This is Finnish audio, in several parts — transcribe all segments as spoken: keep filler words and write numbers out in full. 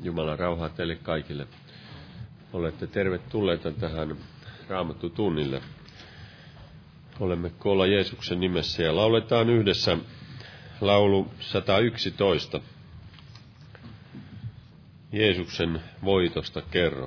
Jumalan rauhaa teille kaikille. Olette tervetulleita tähän Raamattu-tunnille. Olemme koolla Jeesuksen nimessä ja lauletaan yhdessä laulu sata yksitoista. Jeesuksen voitosta kerro.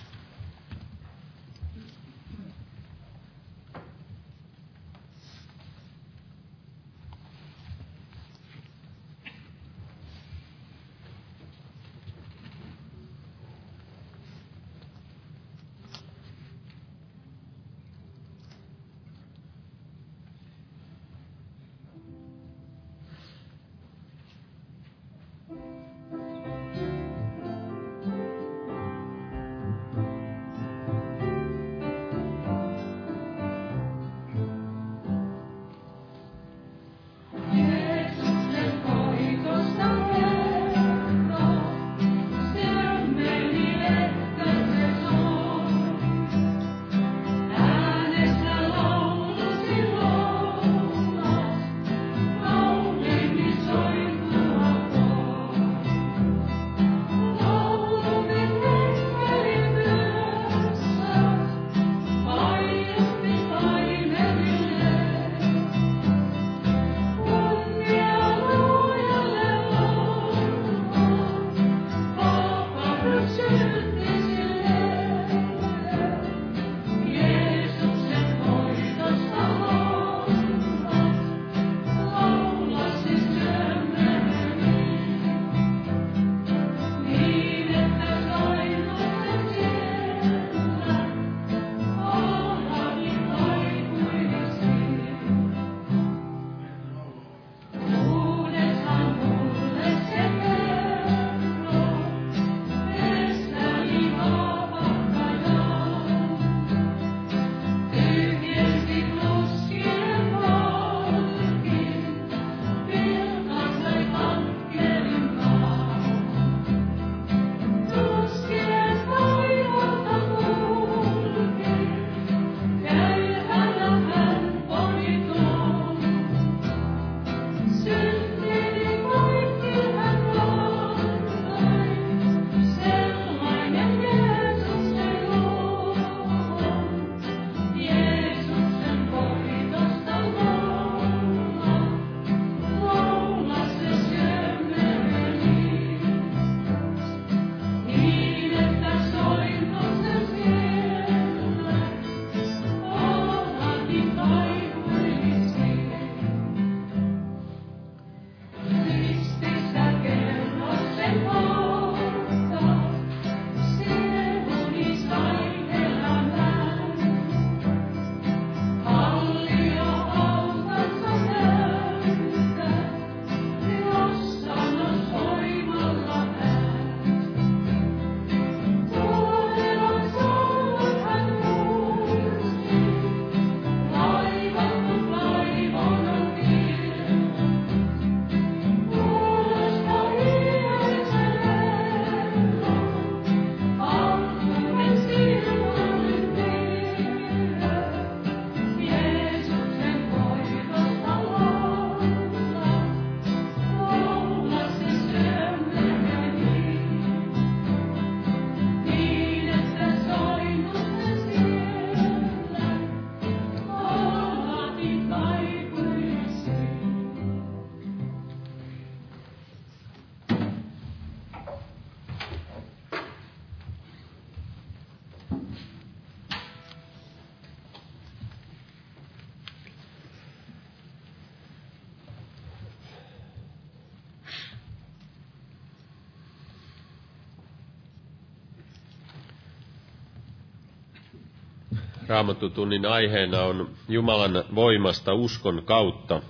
Raamattutunnin aiheena on Jumalan voimasta uskon kautta.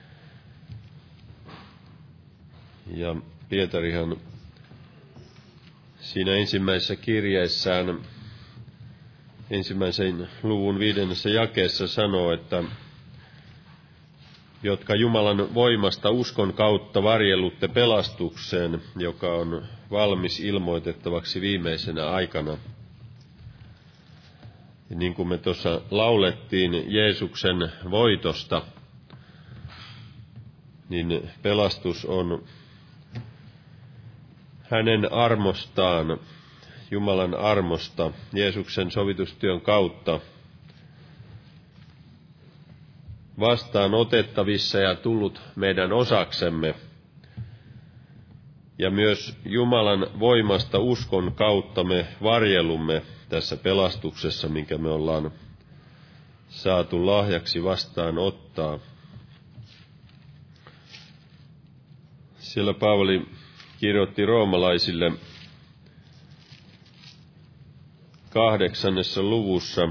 Ja Pietarihan siinä ensimmäisessä kirjeessään, ensimmäisen luvun viidennessä jakeessa sanoo, että jotka Jumalan voimasta uskon kautta varjellutte pelastukseen, joka on valmis ilmoitettavaksi viimeisenä aikana. Ja niin kuin me tuossa laulettiin Jeesuksen voitosta, niin pelastus on hänen armostaan, Jumalan armosta, Jeesuksen sovitustyön kautta vastaan otettavissa ja tullut meidän osaksemme. Ja myös Jumalan voimasta uskon kautta me varjelumme tässä pelastuksessa, minkä me ollaan saatu lahjaksi vastaan ottaa. Siellä Paavali kirjoitti roomalaisille kahdeksannessa luvussa,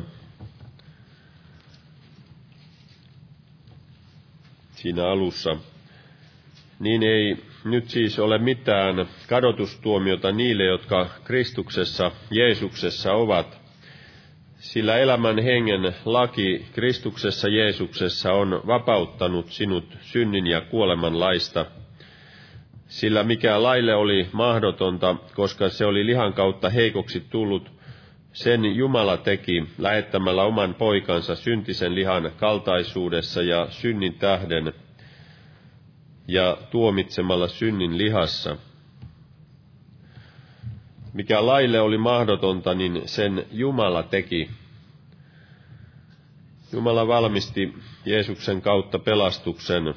siinä alussa, niin ei nyt siis ole mitään kadotustuomiota niille, jotka Kristuksessa, Jeesuksessa ovat, sillä elämän hengen laki Kristuksessa Jeesuksessa on vapauttanut sinut synnin ja kuoleman laista, sillä mikä laille oli mahdotonta, koska se oli lihan kautta heikoksi tullut, sen Jumala teki lähettämällä oman poikansa syntisen lihan kaltaisuudessa ja synnin tähden ja tuomitsemalla synnin lihassa. Mikä laille oli mahdotonta, niin sen Jumala teki. Jumala valmisti Jeesuksen kautta pelastuksen.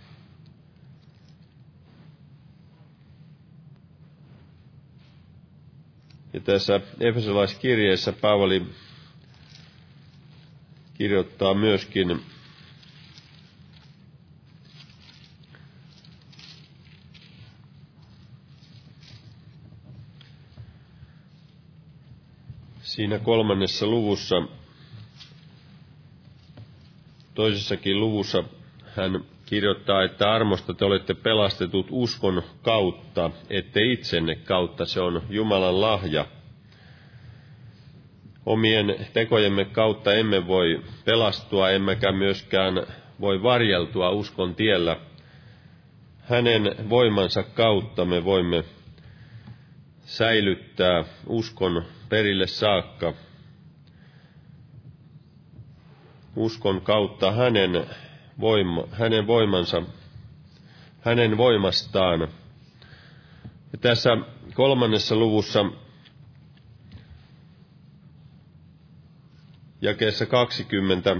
Ja tässä Efesolaiskirjeessä Paavali kirjoittaa myöskin siinä kolmannessa luvussa, toisessakin luvussa hän kirjoittaa, että armosta te olette pelastetut uskon kautta, ette itsenne kautta, se on Jumalan lahja. Omien tekojemme kautta emme voi pelastua, emmekä myöskään voi varjeltua uskon tiellä. Hänen voimansa kautta me voimme säilyttää uskon perille saakka. Uskon kautta hänen, voima, hänen voimansa, hänen voimastaan. Ja tässä kolmannessa luvussa jakeessa kaksikymmentä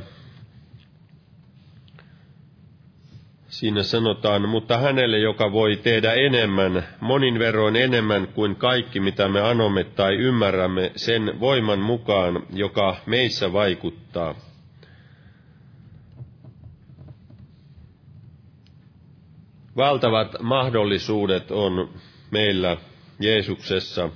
siinä sanotaan, mutta hänelle, joka voi tehdä enemmän, monin verroin enemmän kuin kaikki, mitä me anomme tai ymmärrämme, sen voiman mukaan, joka meissä vaikuttaa. Valtavat mahdollisuudet on meillä Jeesuksessa.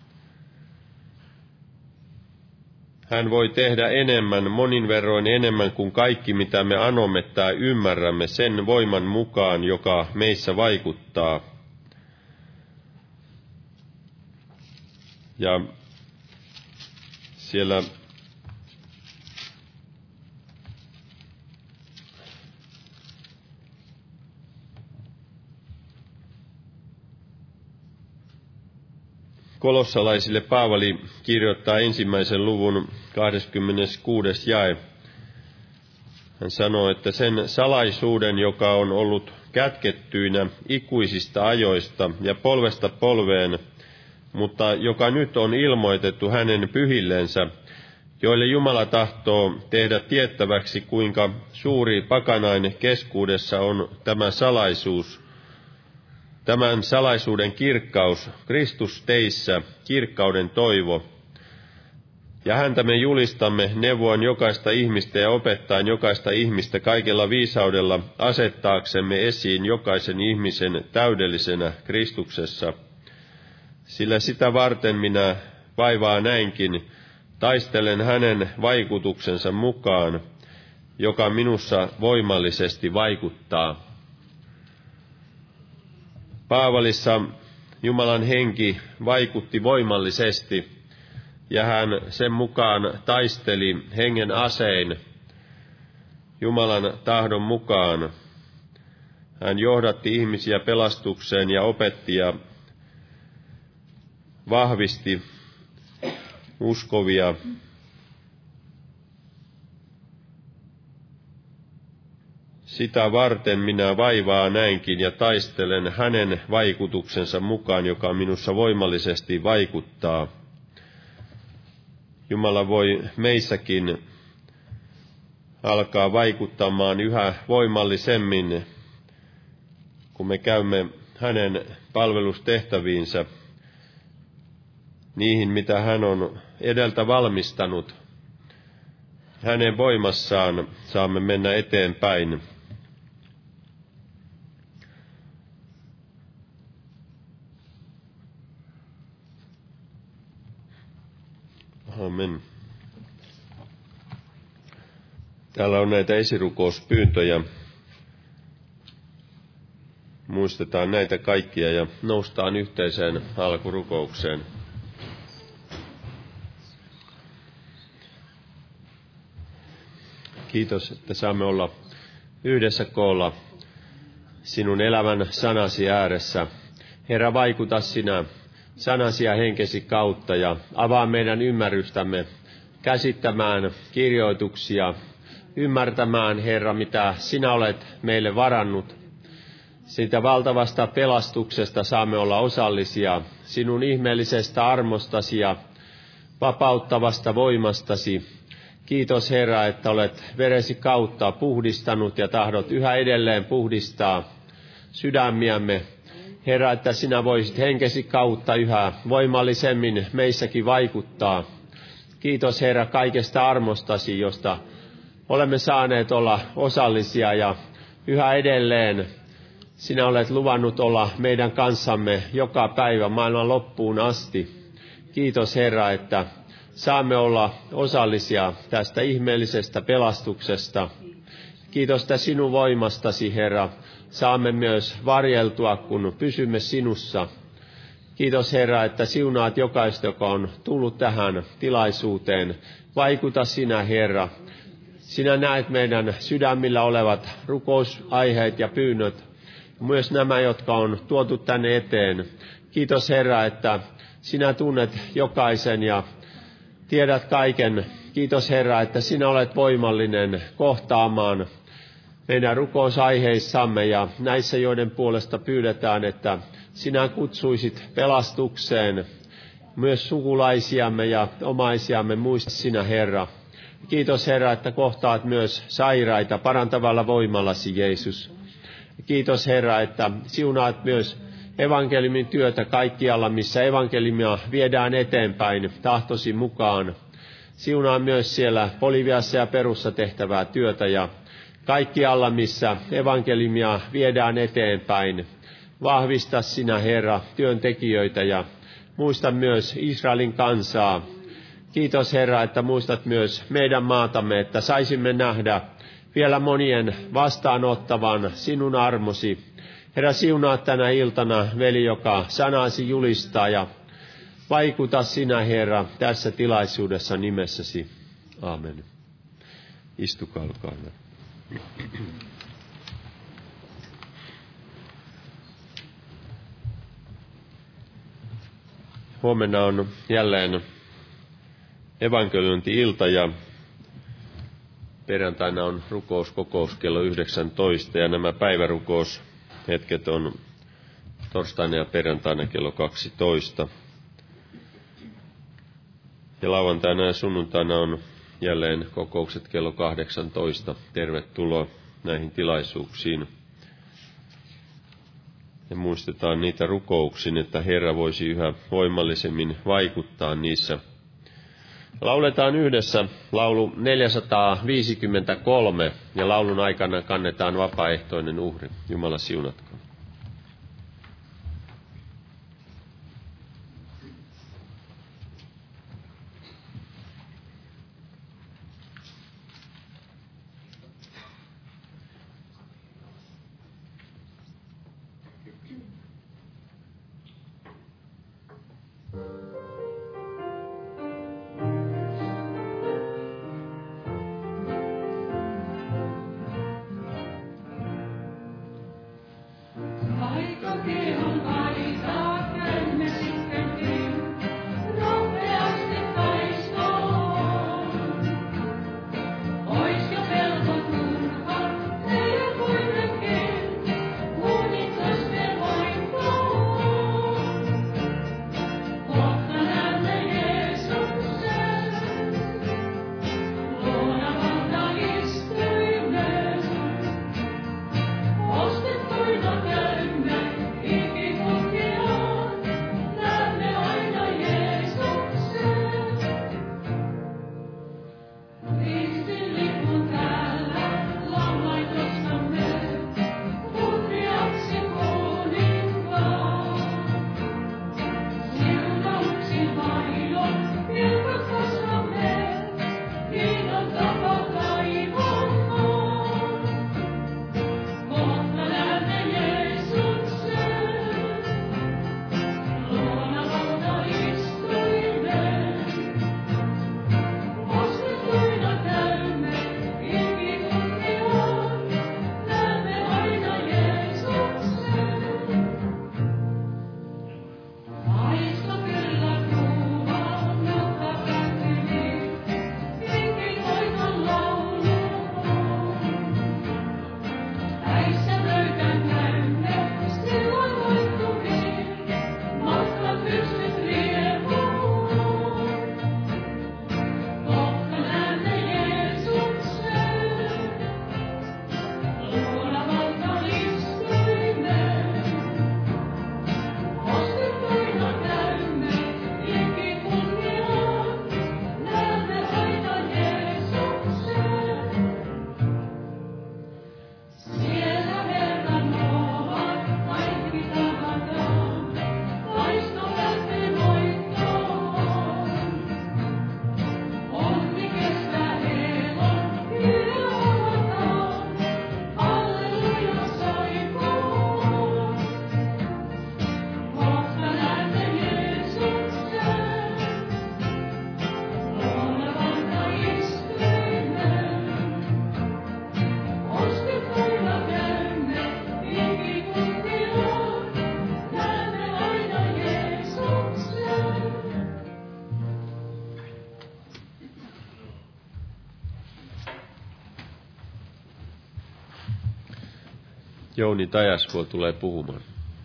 Hän voi tehdä enemmän, monin verroin enemmän kuin kaikki, mitä me anomme tai ymmärrämme, sen voiman mukaan, joka meissä vaikuttaa. Ja siellä Kolossalaisille Paavali kirjoittaa ensimmäisen luvun kahdeskymmeneskuudes jae. Hän sanoo, että sen salaisuuden, joka on ollut kätkettyinä ikuisista ajoista ja polvesta polveen, mutta joka nyt on ilmoitettu hänen pyhillensä, joille Jumala tahtoo tehdä tiettäväksi, kuinka suuri pakanainen keskuudessa on tämä salaisuus, tämän salaisuuden kirkkaus, Kristus teissä, kirkkauden toivo. Ja häntä me julistamme neuvoen jokaista ihmistä ja opettaen jokaista ihmistä kaikella viisaudella asettaaksemme esiin jokaisen ihmisen täydellisenä Kristuksessa. Sillä sitä varten minä vaivaa näinkin, taistelen hänen vaikutuksensa mukaan, joka minussa voimallisesti vaikuttaa. Paavalissa Jumalan henki vaikutti voimallisesti, ja hän sen mukaan taisteli hengen asein Jumalan tahdon mukaan. Hän johdatti ihmisiä pelastukseen ja opetti ja vahvisti uskovia. Sitä varten minä vaivaa näinkin ja taistelen hänen vaikutuksensa mukaan, joka minussa voimallisesti vaikuttaa. Jumala voi meissäkin alkaa vaikuttamaan yhä voimallisemmin, kun me käymme hänen palvelustehtäviinsä, niihin mitä hän on edeltä valmistanut. Hänen voimassaan saamme mennä eteenpäin. Amen. Täällä on näitä esirukouspyyntöjä. Muistetaan näitä kaikkia ja noustaan yhteiseen alkurukoukseen. Kiitos, että saamme olla yhdessä koolla sinun elävän sanasi ääressä. Herra, vaikuta sinä sanasi ja henkesi kautta ja avaa meidän ymmärrystämme käsittämään kirjoituksia, ymmärtämään, Herra, mitä sinä olet meille varannut. Siitä valtavasta pelastuksesta saamme olla osallisia, sinun ihmeellisestä armostasi ja vapauttavasta voimastasi. Kiitos, Herra, että olet veresi kautta puhdistanut ja tahdot yhä edelleen puhdistaa sydämiämme. Herra, että sinä voisit henkesi kautta yhä voimallisemmin meissäkin vaikuttaa. Kiitos, Herra, kaikesta armostasi, josta olemme saaneet olla osallisia ja yhä edelleen sinä olet luvannut olla meidän kanssamme joka päivä maailman loppuun asti. Kiitos, Herra, että saamme olla osallisia tästä ihmeellisestä pelastuksesta. Kiitos tästä sinun voimastasi, Herra. Saamme myös varjeltua, kun pysymme sinussa. Kiitos, Herra, että siunaat jokaista, joka on tullut tähän tilaisuuteen. Vaikuta sinä, Herra. Sinä näet meidän sydämillä olevat rukousaiheet ja pyynnöt. Myös nämä, jotka on tuotu tänne eteen. Kiitos, Herra, että sinä tunnet jokaisen ja tiedät kaiken. Kiitos, Herra, että sinä olet voimallinen kohtaamaan meidän rukousaiheissamme ja näissä, joiden puolesta pyydetään, että sinä kutsuisit pelastukseen myös sukulaisiamme ja omaisiamme. Muista sinä, Herra. Kiitos, Herra, että kohtaat myös sairaita parantavalla voimallasi, Jeesus. Kiitos, Herra, että siunaat myös evankeliumin työtä kaikkialla, missä evankeliumia viedään eteenpäin tahtosi mukaan. Siunaa myös siellä Boliviassa ja Perussa tehtävää työtä ja kaikkialla, missä evankeliumia viedään eteenpäin. Vahvista sinä, Herra, työntekijöitä ja muista myös Israelin kansaa. Kiitos, Herra, että muistat myös meidän maatamme, että saisimme nähdä vielä monien vastaanottavan sinun armosi. Herra, siunaa tänä iltana veli, joka sanasi julistaa ja vaikuta sinä, Herra, tässä tilaisuudessa nimessäsi. Aamen. Istukaa, olkaa hyvä. Huomenna on jälleen evankeliointi-ilta ja perjantaina on rukouskokous kello yhdeksäntoista ja nämä päivärukoushetket on torstaina ja perjantaina kello kaksitoista. Ja lauantaina ja sunnuntaina on jälleen kokoukset kello kahdeksantoista. Tervetuloa näihin tilaisuuksiin. Ja muistetaan niitä rukouksin, että Herra voisi yhä voimallisemmin vaikuttaa niissä. Lauletaan yhdessä laulu neljäsataaviisikymmentäkolme ja laulun aikana kannetaan vapaaehtoinen uhri. Jumala siunatko. Jouni Tajasvuo tulee puhumaan.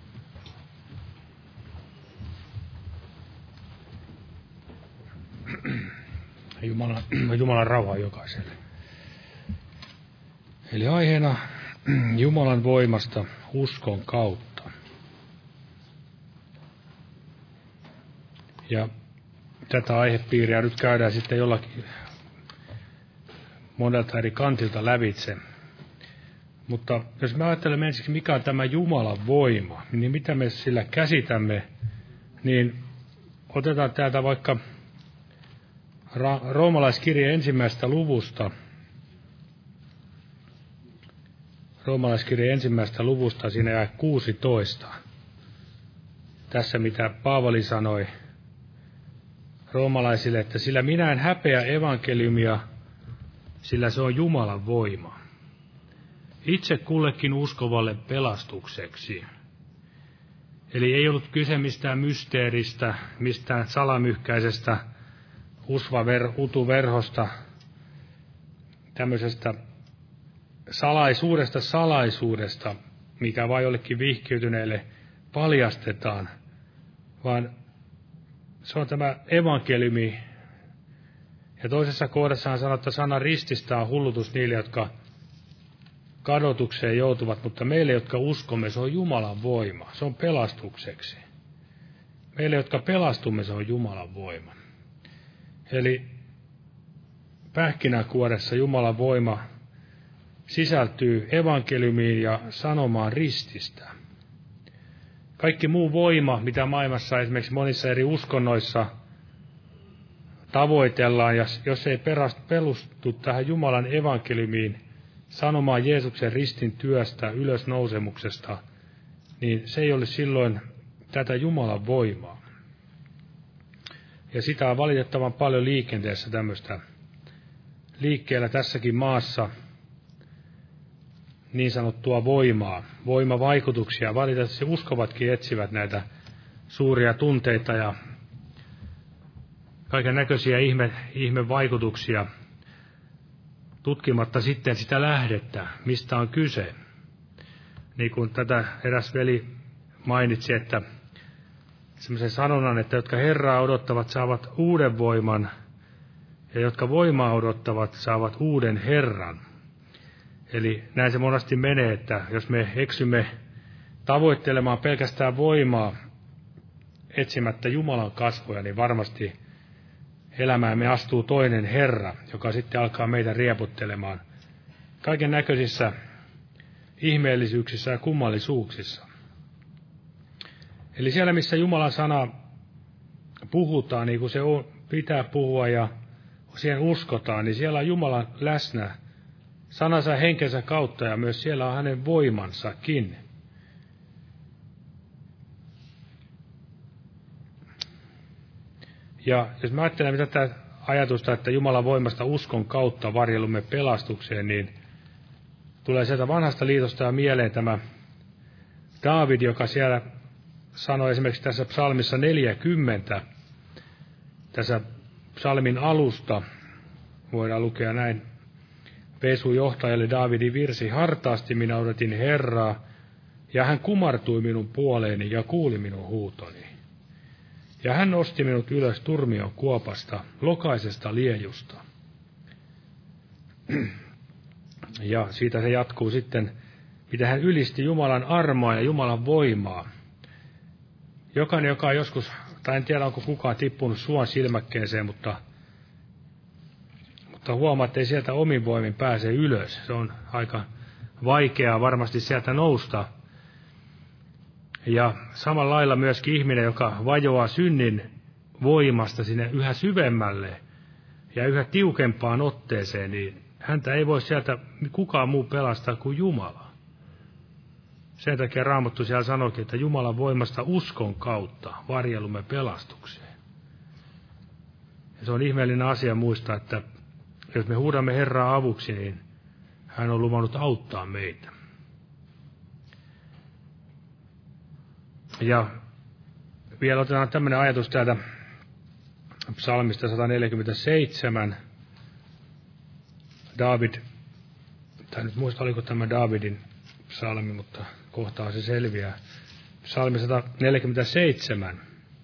Jumalan, Jumalan rauha jokaiselle. Eli aiheena Jumalan voimasta uskon kautta. Ja tätä aihepiiriä nyt käydään sitten jollakin monelta eri kantilta lävitse. Mutta jos me ajattelemme ensiksi, mikä on tämä Jumalan voima, niin mitä me sillä käsitämme, niin otetaan täältä vaikka Ra- Roomalaiskirje ensimmäisestä luvusta. Roomalaiskirje ensimmäisestä luvusta, siinä jää kuusitoista. Tässä mitä Paavali sanoi roomalaisille, että sillä minä en häpeä evankeliumia, sillä se on Jumalan voima. Itse kullekin uskovalle pelastukseksi. Eli ei ollut kyse mistään mysteeristä, mistään salamyhkäisestä usvaver, utuverhosta, tämmöisestä salaisuudesta salaisuudesta, mikä vain jollekin vihkiytyneille paljastetaan, vaan se on tämä evankeliumi. Ja toisessa kohdassa sanoo, että sana rististä on hullutus niille, jotka kadotukseen joutuvat, mutta meille, jotka uskomme, se on Jumalan voima, se on pelastukseksi. Meille, jotka pelastumme, se on Jumalan voima. Eli pähkinänkuoressa Jumalan voima sisältyy evankeliumiin ja sanomaan rististä. Kaikki muu voima, mitä maailmassa esimerkiksi monissa eri uskonnoissa tavoitellaan, ja jos ei perustu tähän Jumalan evankeliumiin, sanomaan Jeesuksen ristin työstä, ylösnousemuksesta, niin se ei ole silloin tätä Jumalan voimaa. Ja sitä on valitettavan paljon liikenteessä tämmöistä liikkeellä tässäkin maassa niin sanottua voimaa, voimavaikutuksia. Valitettavasti uskovatkin etsivät näitä suuria tunteita ja kaiken näköisiä ihme, ihmevaikutuksia, tutkimatta sitten sitä lähdettä, mistä on kyse. Niin kuin tätä eräs veli mainitsi, että semmoisen sanonnan, että jotka Herraa odottavat, saavat uuden voiman, ja jotka voimaa odottavat, saavat uuden Herran. Eli näin se monesti menee, että jos me eksymme tavoittelemaan pelkästään voimaa, etsimättä Jumalan kasvoja, niin varmasti elämäämme astuu toinen Herra, joka sitten alkaa meitä rieputtelemaan kaiken näköisissä ihmeellisyyksissä ja kummallisuuksissa. Eli siellä, missä Jumalan sana puhutaan, niin kuin se on, pitää puhua ja siihen uskotaan, niin siellä on Jumalan läsnä sanansa ja henkensä kautta, ja myös siellä on hänen voimansakin. Ja jos mä ajattelen tätä ajatusta, että Jumalan voimasta uskon kautta varjelumme pelastukseen, niin tulee sieltä vanhasta liitosta ja mieleen tämä Daavid, joka siellä sanoi esimerkiksi tässä psalmissa neljäkymmentä, tässä psalmin alusta, voidaan lukea näin, Pesujohtajalle Daavidin virsi, hartaasti minä odotin Herraa, ja hän kumartui minun puoleeni ja kuuli minun huutoni. Ja hän nosti minut ylös turmion kuopasta, lokaisesta liejusta. Ja siitä se jatkuu sitten, mitä hän ylisti Jumalan armoa ja Jumalan voimaa. Jokainen, joka on joskus, tai en tiedä onko kukaan tippunut suon silmäkkeeseen, mutta, mutta huomaa, että ei sieltä omin voimin pääse ylös. Se on aika vaikeaa varmasti sieltä nousta. Ja samalla lailla myöskin ihminen, joka vajoaa synnin voimasta sinne yhä syvemmälle ja yhä tiukempaan otteeseen, niin häntä ei voi sieltä kukaan muu pelastaa kuin Jumala. Sen takia Raamattu siellä sanoikin, että Jumalan voimasta uskon kautta varjelumme pelastukseen. Ja se on ihmeellinen asia muistaa, että jos me huudamme Herraa avuksi, niin hän on luvannut auttaa meitä. Ja vielä otetaan tämmöinen ajatus täältä psalmista sata neljäkymmentäseitsemän. David, tai nyt muista oliko tämä Davidin psalmi, mutta kohtaan se selviää. Psalmi sata neljäkymmentäseitsemän.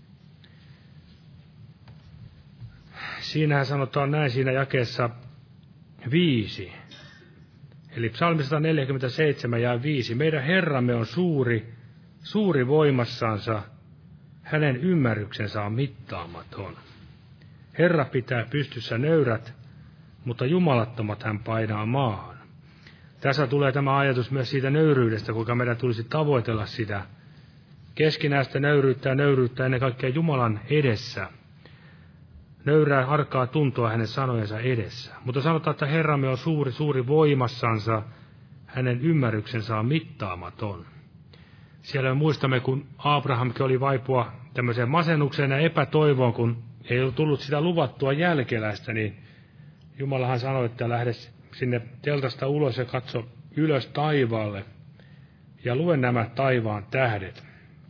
Siinähän sanotaan näin siinä jakeessa viisi. Eli psalmi sata neljäkymmentäseitsemän ja viisi. Meidän Herramme on suuri, suuri voimassansa, hänen ymmärryksensä on mittaamaton. Herra pitää pystyssä nöyrät, mutta jumalattomat hän painaa maahan. Tässä tulee tämä ajatus myös siitä nöyryydestä, kuinka meidän tulisi tavoitella sitä keskinäistä nöyryyttä ja nöyryyttä ennen kaikkea Jumalan edessä. Nöyrää arkaa tuntoa hänen sanojensa edessä. Mutta sanotaan, että Herramme on suuri, suuri voimassansa, hänen ymmärryksensä on mittaamaton. Siellä me muistamme, kun Abrahamkin oli vaipua tämmöiseen masennukseen ja epätoivoon, kun ei ollut tullut sitä luvattua jälkeläistä, niin Jumalahan sanoi, että lähde sinne teltasta ulos ja katso ylös taivaalle ja lue nämä taivaan tähdet.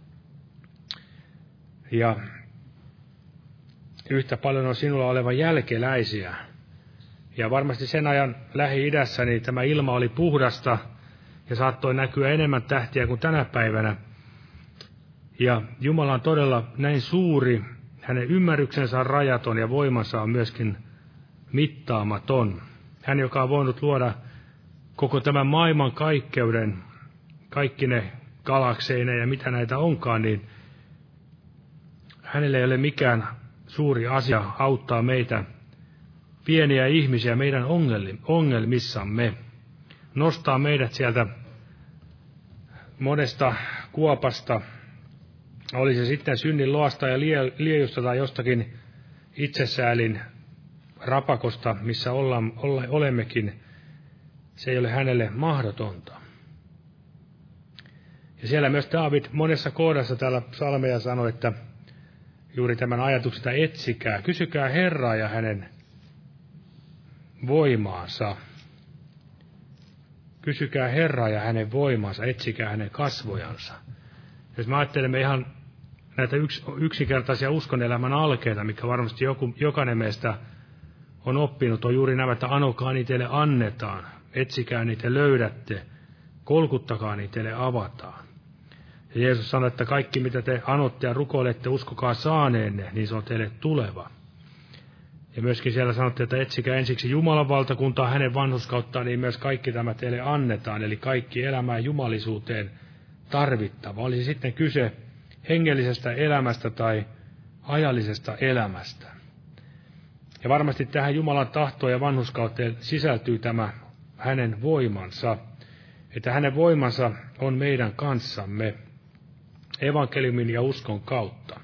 Ja yhtä paljon on sinulla olevan jälkeläisiä. Ja varmasti sen ajan Lähi-idässä niin tämä ilma oli puhdasta ja saattoi näkyä enemmän tähtiä kuin tänä päivänä. Ja Jumala on todella näin suuri, hänen ymmärryksensä on rajaton ja voimansa on myöskin mittaamaton. Hän, joka on voinut luoda koko tämän maailman kaikkeuden, kaikki ne galakseineen ja mitä näitä onkaan, niin hänelle ei ole mikään suuri asia auttaa meitä, pieniä ihmisiä, meidän ongelmissamme. Nostaa meidät sieltä monesta kuopasta, oli se sitten synnin loasta ja liejusta tai jostakin itsesäälin rapakosta, missä ollaan, ole, olemmekin, se ei ole hänelle mahdotonta. Ja siellä myös Daavid monessa kohdassa täällä psalmeja sanoi, että juuri tämän ajatuksesta etsikää, kysykää Herraa ja hänen voimaansa. Kysykää Herraa ja hänen voimaansa, etsikää hänen kasvojansa. Jos me ajattelemme ihan näitä yks, yksinkertaisia uskonelämän alkeita, mikä varmasti joku, jokainen meistä on oppinut, on juuri nämä, että anokaa niitä teille annetaan, etsikää niitä löydätte, kolkuttakaa niitä teille avataan. Ja Jeesus sanoi, että kaikki mitä te anotte ja rukoilette, uskokaa saaneenne, niin se on teille tuleva. Ja myöskin siellä sanottiin, että etsikää ensiksi Jumalan valtakuntaa hänen vanhurskauttaan, niin myös kaikki tämä teille annetaan, eli kaikki elämään jumalisuuteen tarvittava. Olisi sitten kyse hengellisestä elämästä tai ajallisesta elämästä. Ja varmasti tähän Jumalan tahtoon ja vanhurskauteen sisältyy tämä hänen voimansa, että hänen voimansa on meidän kanssamme evankeliumin ja uskon kautta.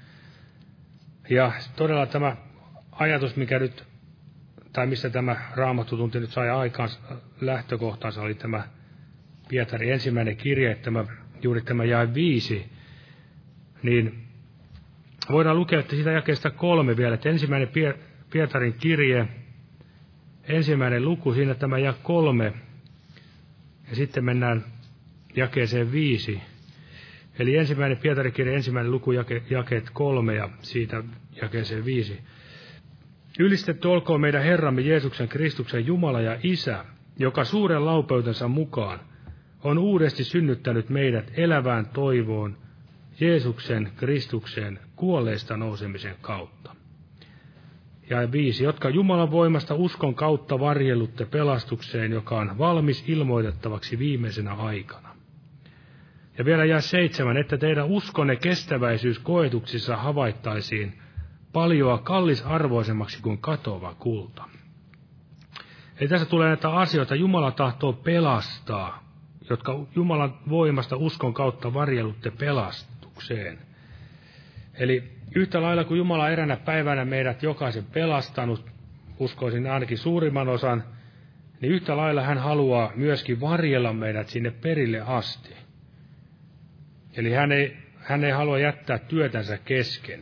Ja todella tämä ajatus, mikä nyt, tai missä tämä Raamattutunti nyt sai aikaan lähtökohtaansa, oli tämä Pietarin ensimmäinen kirje, tämä, juuri tämä jae viisi, niin voidaan lukea, että sitä jakeesta kolme vielä, että ensimmäinen Pietarin kirje, ensimmäinen luku, siinä tämä jae kolme, ja sitten mennään jakeeseen viisi. Eli ensimmäinen Pietarin kirje, ensimmäinen luku, jake, jakeet kolme ja siitä jakeeseen viisi. Ylistetty olkoon meidän Herramme Jeesuksen Kristuksen Jumala ja Isä, joka suuren laupeutensa mukaan on uudesti synnyttänyt meidät elävään toivoon Jeesuksen Kristuksen kuolleista nousemisen kautta. Ja viisi, jotka Jumalan voimasta uskon kautta varjellutte pelastukseen, joka on valmis ilmoitettavaksi viimeisenä aikana. Ja vielä jää seitsemän, että teidän uskonne kestäväisyys koetuksissa havaittaisiin paljoa kallisarvoisemmaksi kuin katoava kulta. Eli tässä tulee näitä asioita, Jumala tahtoo pelastaa, jotka Jumalan voimasta uskon kautta varjelutte pelastukseen. Eli yhtä lailla kuin Jumala eränä päivänä meidät jokaisen pelastanut, uskoisin ainakin suurimman osan, niin yhtä lailla hän haluaa myöskin varjella meidät sinne perille asti. Eli hän ei, hän ei halua jättää työtänsä kesken.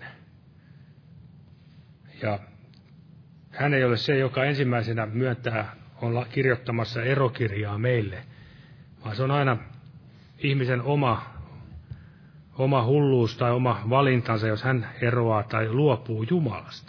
Ja hän ei ole se, joka ensimmäisenä myöntää, on kirjoittamassa erokirjaa meille, vaan se on aina ihmisen oma, oma hulluus tai oma valintansa, jos hän eroaa tai luopuu Jumalasta.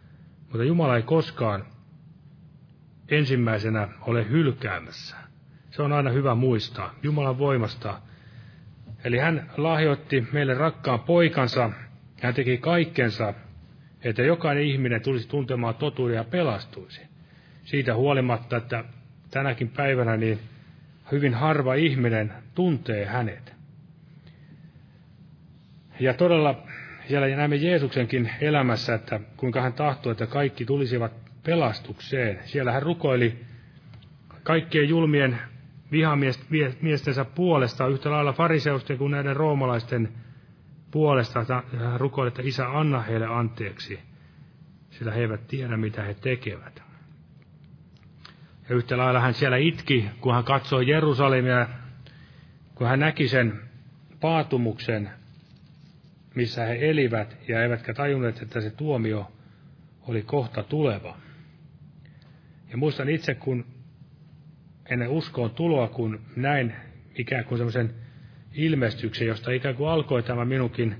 Mutta Jumala ei koskaan ensimmäisenä ole hylkäämässä. Se on aina hyvä muistaa, Jumalan voimasta. Eli hän lahjoitti meille rakkaan poikansa, hän teki kaikkensa, että jokainen ihminen tulisi tuntemaan totuuden ja pelastuisi. Siitä huolimatta, että tänäkin päivänä niin hyvin harva ihminen tuntee hänet. Ja todella siellä näemme Jeesuksenkin elämässä, että kuinka hän tahtoi, että kaikki tulisivat pelastukseen. Siellä hän rukoili kaikkien julmien vihamiestensä puolesta, yhtä lailla fariseusten kuin näiden roomalaisten puolesta. Hän rukoili, että Isä, anna heille anteeksi, sillä he eivät tiedä, mitä he tekevät. Ja yhtä lailla hän siellä itki, kun hän katsoi Jerusalemia, kun hän näki sen paatumuksen, missä he elivät, ja eivätkä tajunneet, että se tuomio oli kohta tuleva. Ja muistan itse, kun ennen uskoon tuloa, kun näin ikään kuin semmoisen ilmestyksen, josta ikään kuin alkoi tämä minunkin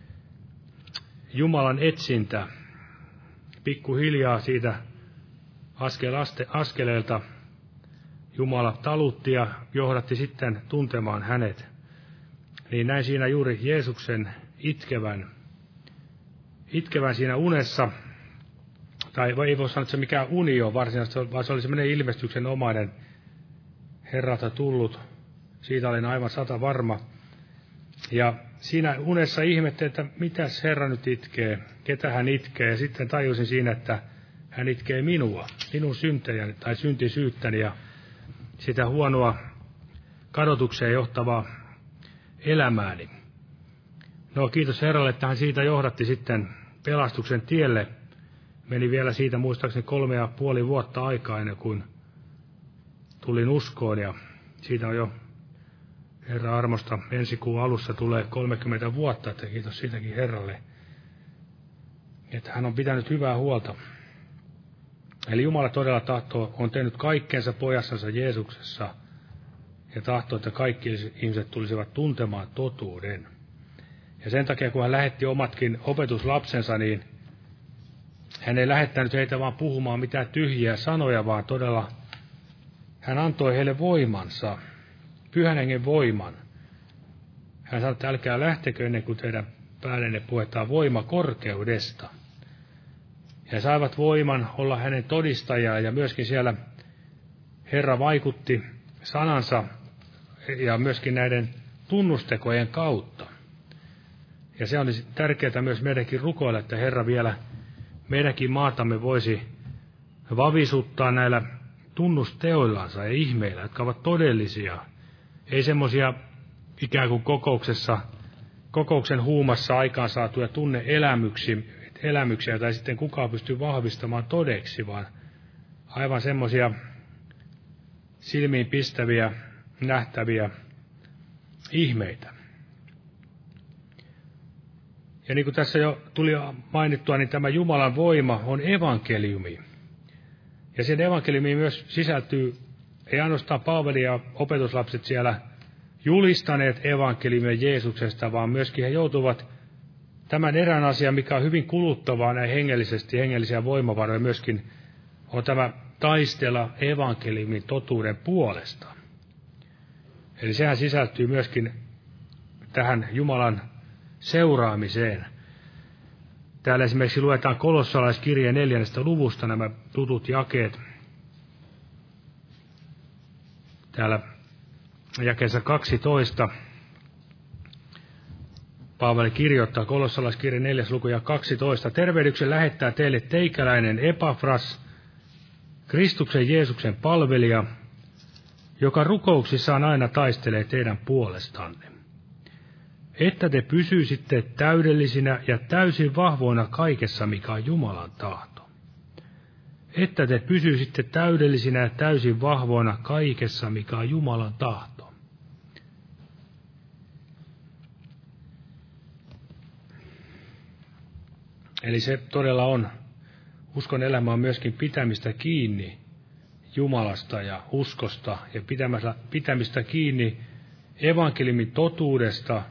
Jumalan etsintä, pikkuhiljaa siitä askel aste, askeleelta Jumala talutti ja johdatti sitten tuntemaan hänet. Niin näin siinä juuri Jeesuksen itkevän, itkevän siinä unessa, tai ei voi sanoa, että se mikään uni on varsinaisesti, vaan se oli semmoinen ilmestyksen omainen Herralta tullut. Siitä olin aivan sata varma. Ja siinä unessa ihmettelin, että mitäs Herra nyt itkee, ketä hän itkee, ja sitten tajusin siinä, että hän itkee minua, minun syntejäni tai syntisyyttäni ja sitä huonoa kadotukseen johtavaa elämääni. No kiitos Herralle, että hän siitä johdatti sitten pelastuksen tielle. Meni vielä siitä muistaakseni kolme ja puoli vuotta aikaa ennen kuin tulin uskoon, ja siitä on jo Herra armosta ensi kuun alussa tulee kolmekymmentä vuotta, että kiitos siitäkin Herralle, että hän on pitänyt hyvää huolta. Eli Jumala todella tahtoo, on tehnyt kaikkeensa pojassansa Jeesuksessa ja tahtoo, että kaikki ihmiset tulisivat tuntemaan totuuden. Ja sen takia, kun hän lähetti omatkin opetuslapsensa, niin hän ei lähettänyt heitä vaan puhumaan mitään tyhjiä sanoja, vaan todella hän antoi heille voimansa, Pyhän Hengen voiman. Hän sanoi, että älkää lähtekö ennen kuin teidän päällenne puetaan voima korkeudesta. Ja saivat voiman olla hänen todistajaa, ja myöskin siellä Herra vaikutti sanansa ja myöskin näiden tunnustekojen kautta. Ja se olisi tärkeää myös meidänkin rukoilla, että Herra vielä meidänkin maatamme voisi vavisuttaa näillä tunnusteoillansa ja ihmeillä, jotka ovat todellisia. Ei semmoisia ikään kuin kokouksessa, kokouksen huumassa aikaansaatuja tunne-elämyksiä, tai sitten kukaan pystyy vahvistamaan todeksi, vaan aivan semmoisia silmiin pistäviä, nähtäviä ihmeitä. Ja niin kuin tässä jo tuli mainittua, niin tämä Jumalan voima on evankeliumi. Ja sen evankeliumiin myös sisältyy, ei ainoastaan Paavali ja opetuslapset siellä julistaneet evankeliumia Jeesuksesta, vaan myöskin he joutuvat tämän erään asian, mikä on hyvin kuluttavaa näin hengellisesti, hengellisiä voimavaroja myöskin, on tämä taistella evankeliumin totuuden puolesta. Eli sehän sisältyy myöskin tähän Jumalan seuraamiseen. Täällä esimerkiksi luetaan kolossalaiskirjeen neljännestä luvusta nämä tutut jakeet. Täällä jakeessa kaksitoista. Paavali kirjoittaa kolossalaiskirjeen neljäs luku ja kaksitoista. Tervehdyksen lähettää teille teikäläinen Epafras, Kristuksen Jeesuksen palvelija, joka rukouksissaan aina taistelee teidän puolestanne, että te pysyisitte täydellisinä ja täysin vahvoina kaikessa, mikä on Jumalan tahto. Että te pysyisitte täydellisinä ja täysin vahvoina kaikessa, mikä on Jumalan tahto. Eli se todella on, uskon elämä on myöskin pitämistä kiinni Jumalasta ja uskosta ja pitämistä kiinni evankeliumin totuudesta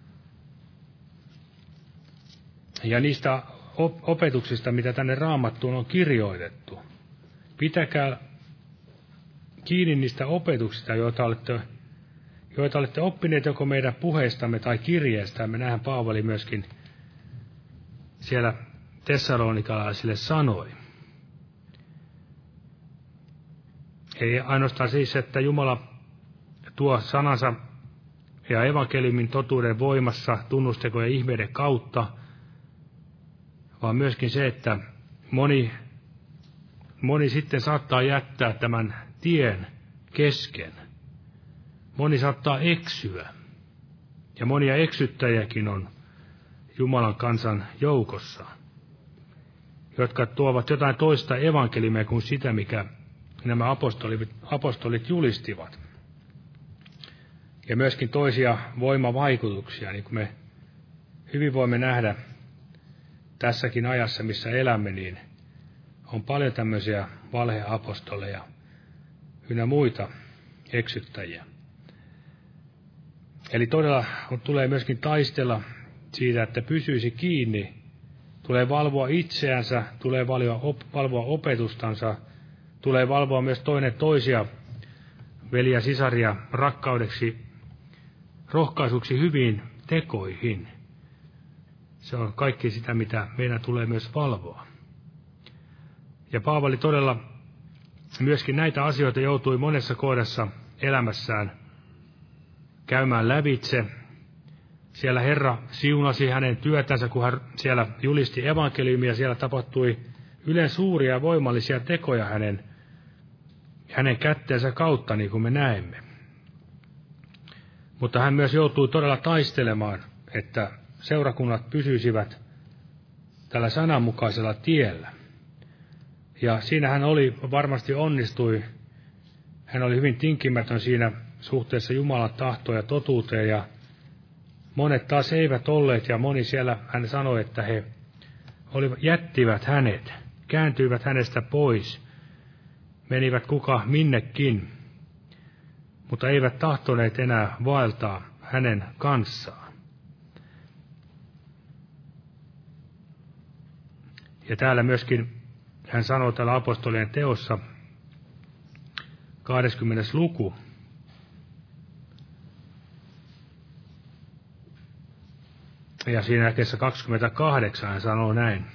ja niistä opetuksista, mitä tänne Raamattuun on kirjoitettu. Pitäkää kiinni niistä opetuksista, joita olette, joita olette oppineet joko meidän puheistamme tai kirjeestä. Me nähdään Paavali myöskin siellä tessalonikalaisille sanoi. Ei ainoastaan siis, että Jumala tuo sanansa ja evankeliumin totuuden voimassa tunnustekojen ja ihmeiden kautta, vaan myöskin se, että moni, moni sitten saattaa jättää tämän tien kesken. Moni saattaa eksyä. Ja monia eksyttäjiäkin on Jumalan kansan joukossa, jotka tuovat jotain toista evankeliumia kuin sitä, mikä nämä apostolit, apostolit julistivat. Ja myöskin toisia voimavaikutuksia, niin kuin me hyvin voimme nähdä tässäkin ajassa, missä elämme, niin on paljon tämmöisiä valheapostoleja ynnä muita eksyttäjiä. Eli todella tulee myöskin taistella siitä, että pysyisi kiinni, tulee valvoa itseänsä, tulee valvoa, op, valvoa opetustansa, tulee valvoa myös toinen toisia veliä sisaria rakkaudeksi, rohkaisuksi hyviin tekoihin. Se on kaikki sitä, mitä meidän tulee myös valvoa. Ja Paavali todella myöskin näitä asioita joutui monessa kohdassa elämässään käymään lävitse. Siellä Herra siunasi hänen työtänsä, kun hän siellä julisti evankeliumia. Siellä tapahtui ylen suuria ja voimallisia tekoja hänen, hänen kätteensä kautta, niin kuin me näemme. Mutta hän myös joutui todella taistelemaan, että seurakunnat pysyisivät tällä sananmukaisella tiellä. Ja siinä hän oli, varmasti onnistui. Hän oli hyvin tinkimätön siinä suhteessa Jumalan tahtoon ja totuuteen, ja monet taas eivät olleet, ja moni siellä hän sanoi, että he olivat, jättivät hänet, kääntyivät hänestä pois, menivät kuka minnekin, mutta eivät tahtoneet enää vaeltaa hänen kanssaan. Ja täällä myöskin hän sanoo täällä apostolien teossa, kahdeskymmenes luku, ja siinä jakeessa kaksikymmentäkahdeksan hän sanoo näin.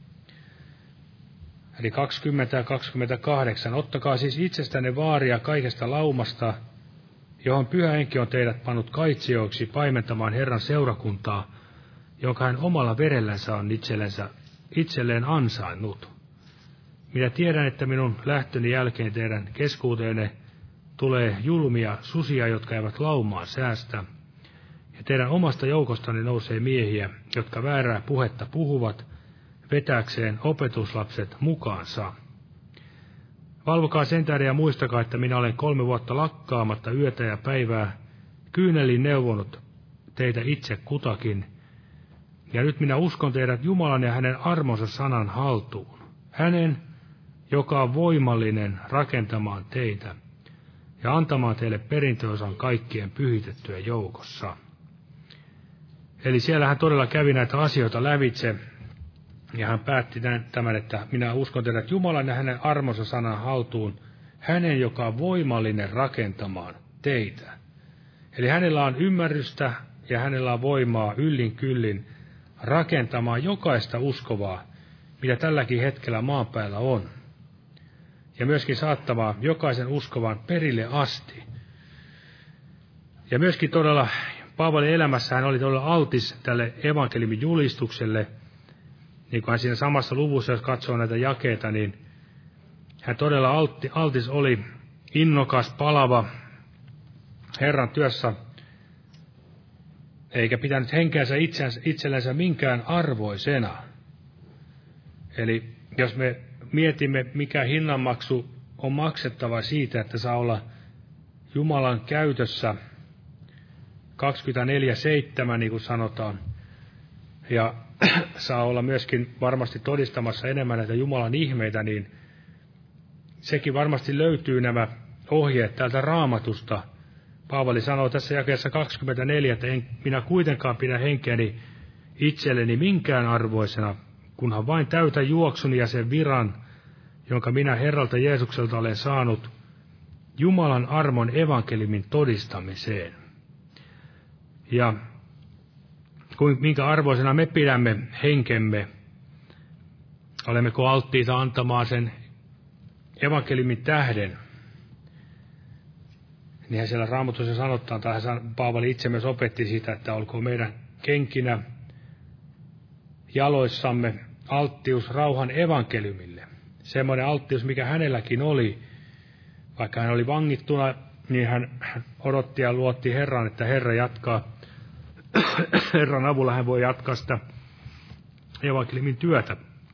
Eli kaksikymmentä ja kaksikymmentäkahdeksan. Ottakaa siis itsestänne vaaria kaikesta laumasta, johon Pyhä Henki on teidät pannut kaitsijoiksi paimentamaan Herran seurakuntaa, jonka hän omalla verellänsä on itsellensä, itselleen ansainnut. Minä tiedän, että minun lähtöni jälkeen teidän keskuuteenne tulee julmia susia, jotka eivät laumaan säästä. Ja teidän omasta joukostanne nousee miehiä, jotka väärää puhetta puhuvat, vetääkseen opetuslapset mukaansa. Valvokaa sen tähden ja muistakaa, että minä olen kolme vuotta lakkaamatta yötä ja päivää kyynelin neuvonut teitä itse kutakin. Ja nyt minä uskon teidät Jumalan ja hänen armonsa sanan haltuun. Hänen, joka on voimallinen rakentamaan teitä ja antamaan teille perintöosan kaikkien pyhitettyjen joukossa. Eli siellä hän todella kävi näitä asioita lävitse, ja hän päätti tämän, että minä uskon teidät Jumalan ja hänen armonsa sanan haltuun, hänen, joka on voimallinen rakentamaan teitä. Eli hänellä on ymmärrystä ja hänellä on voimaa yllin kyllin rakentamaan jokaista uskovaa, mitä tälläkin hetkellä maan päällä on. Ja myöskin saattamaan jokaisen uskovan perille asti. Ja myöskin todella Paavalin elämässä hän oli todella altis tälle evankeliumin julistukselle. Niin kuin hän siinä samassa luvussa, jos katsoo näitä jakeita, niin hän todella alti, altis oli, innokas, palava Herran työssä, eikä pitänyt henkeänsä itsensä, itsellensä minkään arvoisena. Eli jos me mietimme, mikä hinnanmaksu on maksettava siitä, että saa olla Jumalan käytössä kaksikymmentäneljä seitsemän, niin kuin sanotaan, ja saa olla myöskin varmasti todistamassa enemmän näitä Jumalan ihmeitä, niin sekin varmasti löytyy nämä ohjeet täältä Raamatusta. Paavali sanoo tässä jakeessa kaksikymmentäneljä, että en minä kuitenkaan pidä henkeäni itselleni minkään arvoisena, kunhan vain täytän juoksuni ja sen viran, jonka minä Herralta Jeesukselta olen saanut, Jumalan armon evankeliumin todistamiseen. Ja minkä arvoisena me pidämme henkemme, olemmeko alttiita antamaan sen evankeliumin tähden. Niinhän siellä Raamatussa sanotaan, tai Paavali itse myös opetti sitä, että olkoon meidän kenkinä jaloissamme alttius rauhan evankeliumille. Semmoinen alttius, mikä hänelläkin oli, vaikka hän oli vangittuna, niin hän odotti ja luotti Herran, että Herra jatkaa. Herran avulla hän voi jatkaa sitä evankeliumin työtä.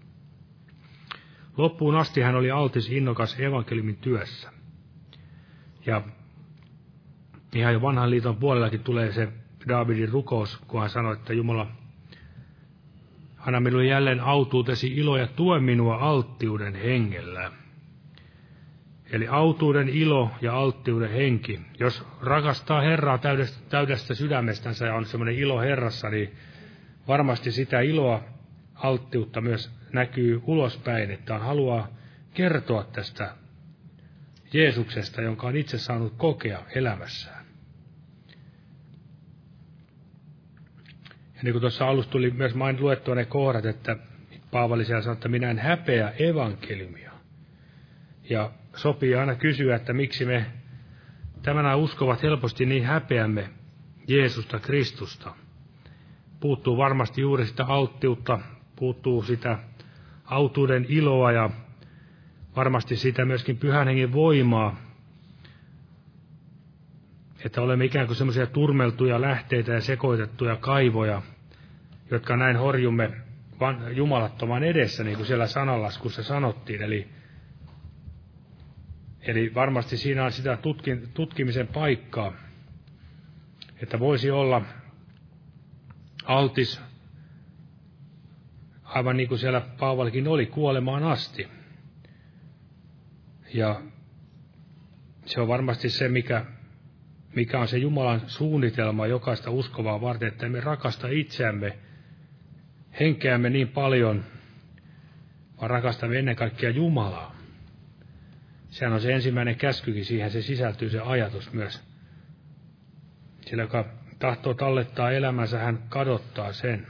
Loppuun asti hän oli altis innokas evankeliumin työssä. Ja ihan jo vanhan liiton puolellakin tulee se Daavidin rukous, kun hän sanoi, että Jumala, anna minulle jälleen autuutesi ilo ja tue minua alttiuden hengellä. Eli autuuden ilo ja alttiuden henki. Jos rakastaa Herraa täydestä, täydestä sydämestänsä ja on semmoinen ilo Herrassa, niin varmasti sitä iloa, alttiutta myös näkyy ulospäin, että on haluaa kertoa tästä Jeesuksesta, jonka on itse saanut kokea elämässään. Ja niin kuin tuossa alussa tuli myös main luettua ne kohdat, että Paavali siellä sanoi, että minä en häpeä evankeliumia. Ja sopii aina kysyä, että miksi me tämänä uskovat helposti niin häpeämme Jeesusta Kristusta. Puuttuu varmasti juuri sitä alttiutta, puuttuu sitä autuuden iloa ja varmasti sitä myöskin pyhän hengen voimaa, että olemme ikään kuin semmoisia turmeltuja lähteitä ja sekoitettuja kaivoja, jotka näin horjumme jumalattoman edessä, niin kuin siellä sananlaskussa sanottiin. Eli, eli varmasti siinä on sitä tutkin, tutkimisen paikkaa, että voisi olla altis, aivan niin kuin siellä Paavalikin oli, kuolemaan asti. Ja se on varmasti se, mikä, mikä on se Jumalan suunnitelma jokaista uskovaa varten, että me rakasta itseämme, henkeämme niin paljon, vaan rakastamme ennen kaikkea Jumalaa. Sehän on se ensimmäinen käskykin, siihen se sisältyy se ajatus myös. Sillä joka tahtoo tallettaa elämänsä, hän kadottaa sen.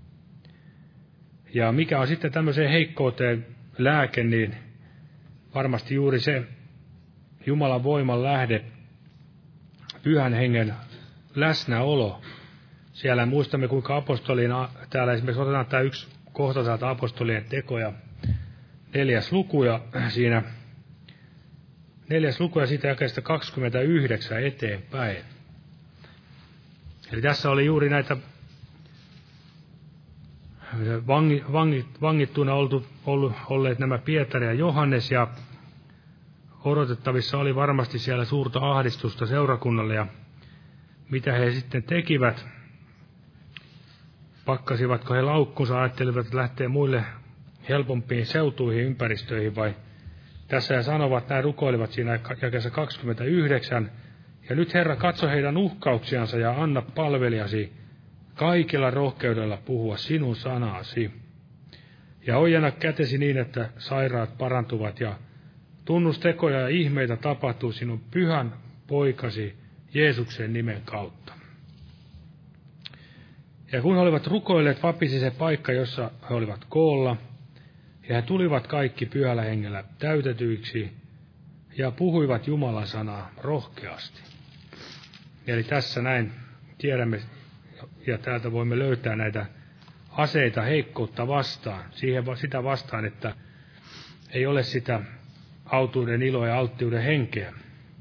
Ja mikä on sitten tämmöiseen heikkouteen lääke, niin varmasti juuri se Jumalan voiman lähde, pyhän hengen läsnäolo. Siellä muistamme, kuinka apostolien, täällä esimerkiksi otetaan tämä yksi kohta täältä apostolien tekoja, neljäs luku, ja siinä neljäs luku ja siitä jakeesta kaksikymmentäyhdeksän eteenpäin. Eli tässä oli juuri näitä vangi, vangi, vangittuina oltu, ollut, olleet nämä Pietari ja Johannes, ja odotettavissa oli varmasti siellä suurta ahdistusta seurakunnalle, ja mitä he sitten tekivät, pakkasivatko he laukkunsa, ajattelivat, että lähtee muille helpompiin seutuihin, ympäristöihin, vai tässä he sanovat, näin rukoilivat siinä jakeessa kaksikymmentäyhdeksän, ja nyt Herra, katso heidän uhkauksiansa ja anna palvelijasi kaikilla rohkeudella puhua sinun sanasi. Ja ojenna kätesi niin, että sairaat parantuvat ja tunnustekoja ja ihmeitä tapahtuu sinun pyhän poikasi Jeesuksen nimen kautta. Ja kun he olivat rukoilleet, vapisi se paikka, jossa he olivat koolla, ja he tulivat kaikki pyhällä hengellä täytetyiksi ja puhuivat Jumalan sanaa rohkeasti. Eli tässä näin tiedämme, ja täältä voimme löytää näitä aseita heikkoutta vastaan, siihen sitä vastaan, että ei ole sitä autuuden iloa ja alttiuden henkeä.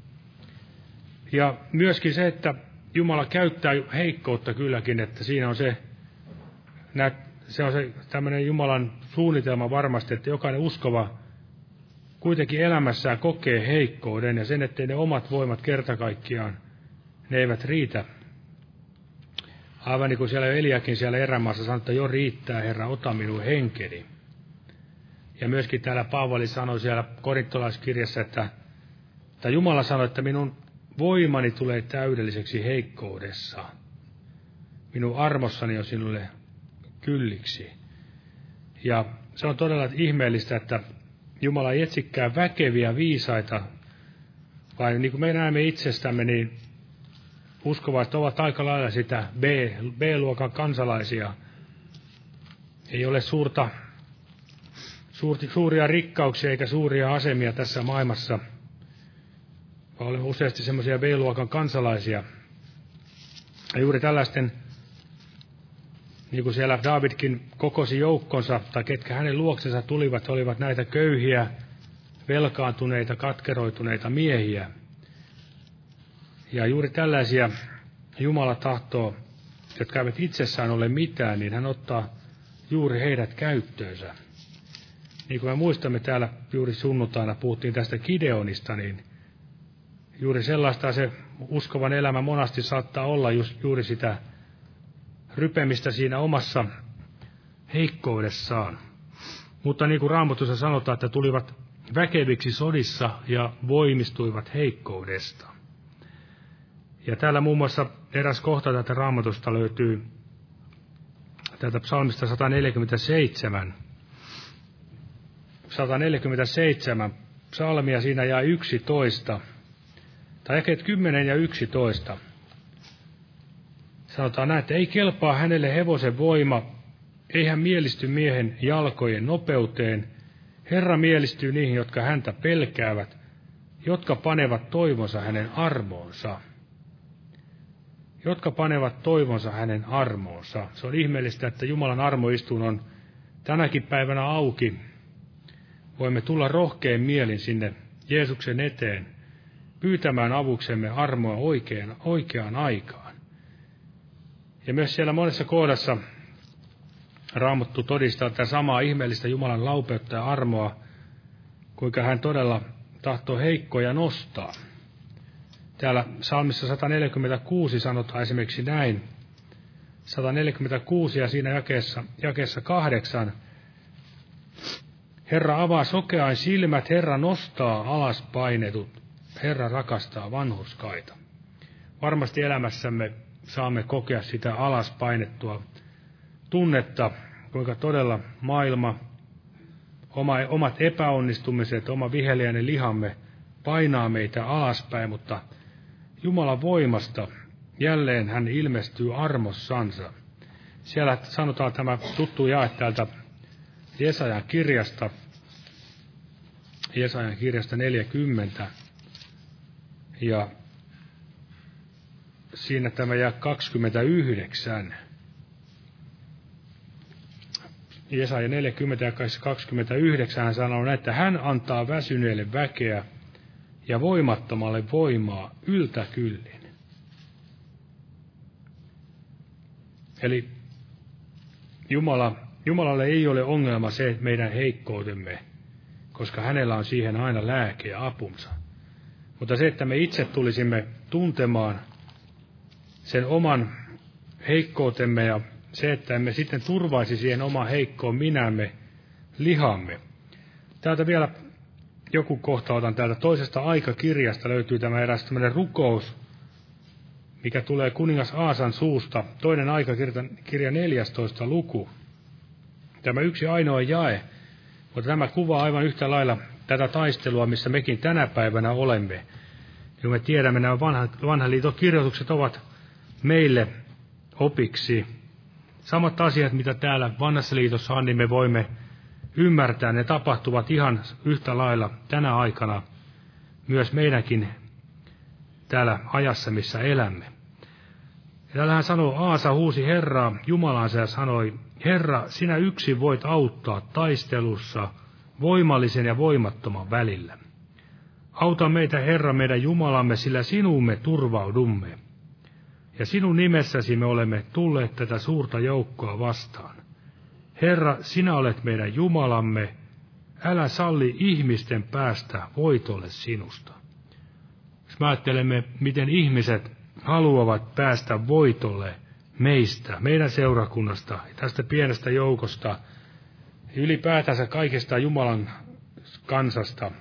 Ja myöskin se, että Jumala käyttää heikkoutta kylläkin, että siinä on se, se on se tämmöinen Jumalan suunnitelma varmasti, että jokainen uskova kuitenkin elämässään kokee heikkouden ja sen, ettei ne omat voimat kerta kaikkiaan, ne eivät riitä. Aivan niin kuin siellä Eliakin siellä erämaassa sanoi, että jo riittää, Herra, ota minun henkeni. Ja myöskin täällä Paavali sanoi siellä korintolaiskirjassa, että, että Jumala sanoi, että minun voimani tulee täydelliseksi heikkoudessa. Minun armossani on sinulle kylliksi. Ja se on todella ihmeellistä, että Jumala ei etsikään väkeviä, viisaita, Vai niin kuin me näemme itsestämme, niin uskovaiset ovat aika lailla sitä B, B-luokan kansalaisia. Ei ole suurta, suurti, suuria rikkauksia eikä suuria asemia tässä maailmassa, vaan olemme useasti semmoisia B-luokan kansalaisia. Ja juuri tällaisten, niin kuin siellä Davidkin kokosi joukkonsa, tai ketkä hänen luoksensa tulivat, olivat näitä köyhiä, velkaantuneita, katkeroituneita miehiä. Ja juuri tällaisia Jumala tahtoo, jotka eivät itsessään ole mitään, niin hän ottaa juuri heidät käyttöönsä. Niin kuin me muistamme täällä juuri sunnuntaina, puhuttiin tästä Gideonista, niin juuri sellaista se uskovan elämä monasti saattaa olla just juuri sitä rypemistä siinä omassa heikkoudessaan. Mutta niin kuin Raamatussa sanotaan, että tulivat väkeviksi sodissa ja voimistuivat heikkoudesta. Ja täällä muun muassa eräs kohta tätä Raamatusta löytyy täältä psalmista sata neljäkymmentäseitsemän. sata neljäkymmentäseitsemän psalmia, siinä jää yksitoista. Tai jakeet kymmenen ja yksitoista. Sanotaan näin, että ei kelpaa hänelle hevosen voima, ei hän mielisty miehen jalkojen nopeuteen. Herra mielistyy niihin, jotka häntä pelkäävät, jotka panevat toivonsa hänen armoonsa. Jotka panevat toivonsa hänen armoonsa. Se on ihmeellistä, että Jumalan armoistuin on tänäkin päivänä auki. Voimme tulla rohkein mielin sinne Jeesuksen eteen, pyytämään avuksemme armoa oikeaan, oikeaan aikaan. Ja myös siellä monessa kohdassa Raamattu todistaa tätä samaa ihmeellistä Jumalan laupeutta ja armoa, kuinka hän todella tahtoo heikkoja nostaa. Täällä psalmissa sata neljäkymmentäkuusi sanotaan esimerkiksi näin. sata neljäkymmentäkuusi ja siinä jakeessa, jakeessa kahdeksan. Herra avaa sokeain silmät, Herra nostaa alas painetut, Herra rakastaa vanhurskaita. Varmasti elämässämme saamme kokea sitä alas painettua tunnetta, kuinka todella maailma, oma, omat epäonnistumiset, oma viheliäinen lihamme painaa meitä alaspäin, mutta Jumalan voimasta jälleen hän ilmestyy armossansa. Siellä sanotaan tämä tuttu jae täältä Jesajan kirjasta, Jesajan kirjasta neljäkymmentä, ja siinä tämä jae kaksikymmentäyhdeksän. Jesaja neljäkymmentä ja kaksikymmentäyhdeksän hän sanoo, että hän antaa väsyneelle väkeä ja voimattomalle voimaa yltäkyllin. Eli Jumala, Jumalalle ei ole ongelma se meidän heikkoutemme, koska hänellä on siihen aina lääke ja apunsa. Mutta se, että me itse tulisimme tuntemaan sen oman heikkoutemme ja se, että emme sitten turvaisi siihen omaan heikkoon minämme, lihamme. Täältä vielä joku kohta otan täältä toisesta aikakirjasta, löytyy tämä eräs tämmöinen rukous, mikä tulee kuningas Aasan suusta, toinen aikakirja neljästoista luku. Tämä yksi ainoa jae, mutta tämä kuvaa aivan yhtä lailla tätä taistelua, missä mekin tänä päivänä olemme. Ja me tiedämme, nämä vanhan, vanhan liiton kirjoitukset ovat meille opiksi. Samat asiat, mitä täällä vanhassa liitossa on, niin me voimme ymmärtää, ne tapahtuvat ihan yhtä lailla tänä aikana myös meidänkin täällä ajassa, missä elämme. Ja täällä hän sanoo, Aasa huusi Herraa Jumalansa ja sanoi, Herra, sinä yksin voit auttaa taistelussa voimallisen ja voimattoman välillä. Auta meitä, Herra, meidän Jumalamme, sillä sinuun me turvaudumme. Ja sinun nimessäsi me olemme tulleet tätä suurta joukkoa vastaan. Herra, sinä olet meidän Jumalamme, älä salli ihmisten päästä voitolle sinusta. Jos me ajattelemme, miten ihmiset haluavat päästä voitolle meistä, meidän seurakunnasta, tästä pienestä joukosta, ylipäätänsä kaikesta Jumalan kansasta,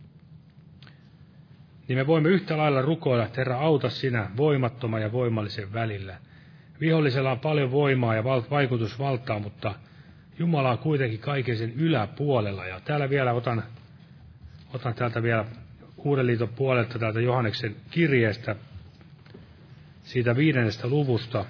niin me voimme yhtä lailla rukoilla, että Herra, auta sinä voimattoman ja voimallisen välillä. Vihollisella on paljon voimaa ja vaikutusvaltaa, mutta Jumala on kuitenkin kaiken sen yläpuolella. Ja täällä vielä otan, otan täältä vielä Uuden liiton puolelta täältä Johanneksen kirjeestä, siitä viidennestä luvusta.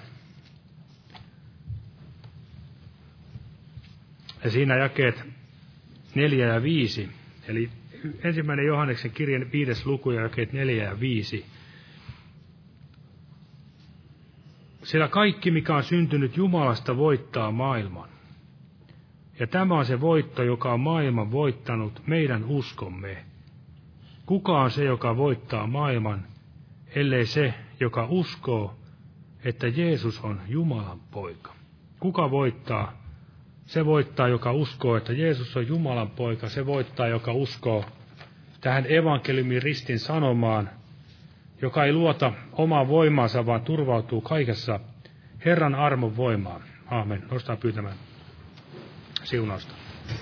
Ja siinä jakeet neljä ja viisi, eli ensimmäinen Johanneksen kirjan viides luku ja jakeet neljä ja viisi. Sillä kaikki, mikä on syntynyt Jumalasta, voittaa maailman. Ja tämä on se voitto, joka on maailman voittanut, meidän uskomme. Kuka on se, joka voittaa maailman, ellei se, joka uskoo, että Jeesus on Jumalan poika? Kuka voittaa? Se voittaa, joka uskoo, että Jeesus on Jumalan poika. Se voittaa, joka uskoo tähän evankeliumin ristin sanomaan, joka ei luota omaa voimaansa, vaan turvautuu kaikessa Herran armon voimaan. Aamen. Nostaa pyytämään siunausta.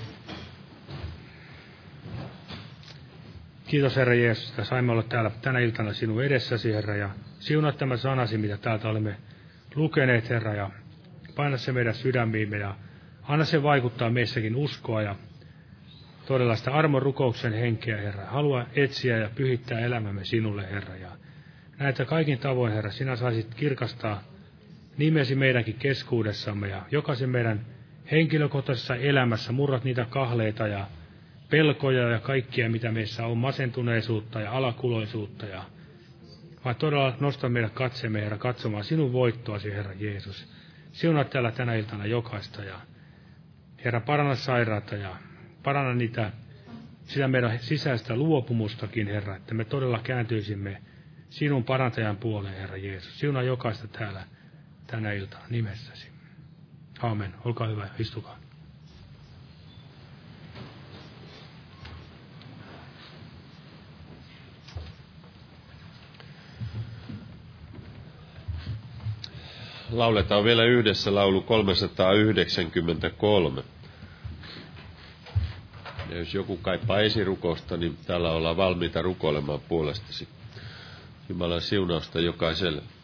Kiitos, Herra Jeesus, että saimme olla täällä tänä iltana sinun edessäsi, Herra, ja siunaa tämä sanasi, mitä täältä olemme lukeneet, Herra, ja paina se meidän sydämiimme, ja anna se vaikuttaa meissäkin uskoa, ja todella sitä armon rukouksen henkeä, Herra. Halua etsiä ja pyhittää elämämme sinulle, Herra, ja näitä kaikin tavoin, Herra, sinä saisit kirkastaa nimesi meidänkin keskuudessamme, ja jokaisen meidän henkilökohtaisessa elämässä murrat niitä kahleita ja pelkoja ja kaikkia, mitä meissä on, masentuneisuutta ja alakuloisuutta, ja vaan todella nosta meidät katseemme, Herra, katsomaan sinun voittoasi, Herra Jeesus. Siunaa täällä tänä iltana jokaista, ja Herra, paranna sairaata ja paranna niitä, sitä meidän sisäistä luopumustakin, Herra, että me todella kääntyisimme sinun parantajan puoleen, Herra Jeesus. Siunaa jokaista täällä tänä iltana nimessäsi. Aamen. Olkaa hyvä, istukaa. Lauletaan vielä yhdessä laulu kolmesataayhdeksänkymmentäkolme. Ja jos joku kaipaa esirukousta, niin täällä ollaan valmiita rukoilemaan puolestasi. Jumalan siunausta jokaiselle.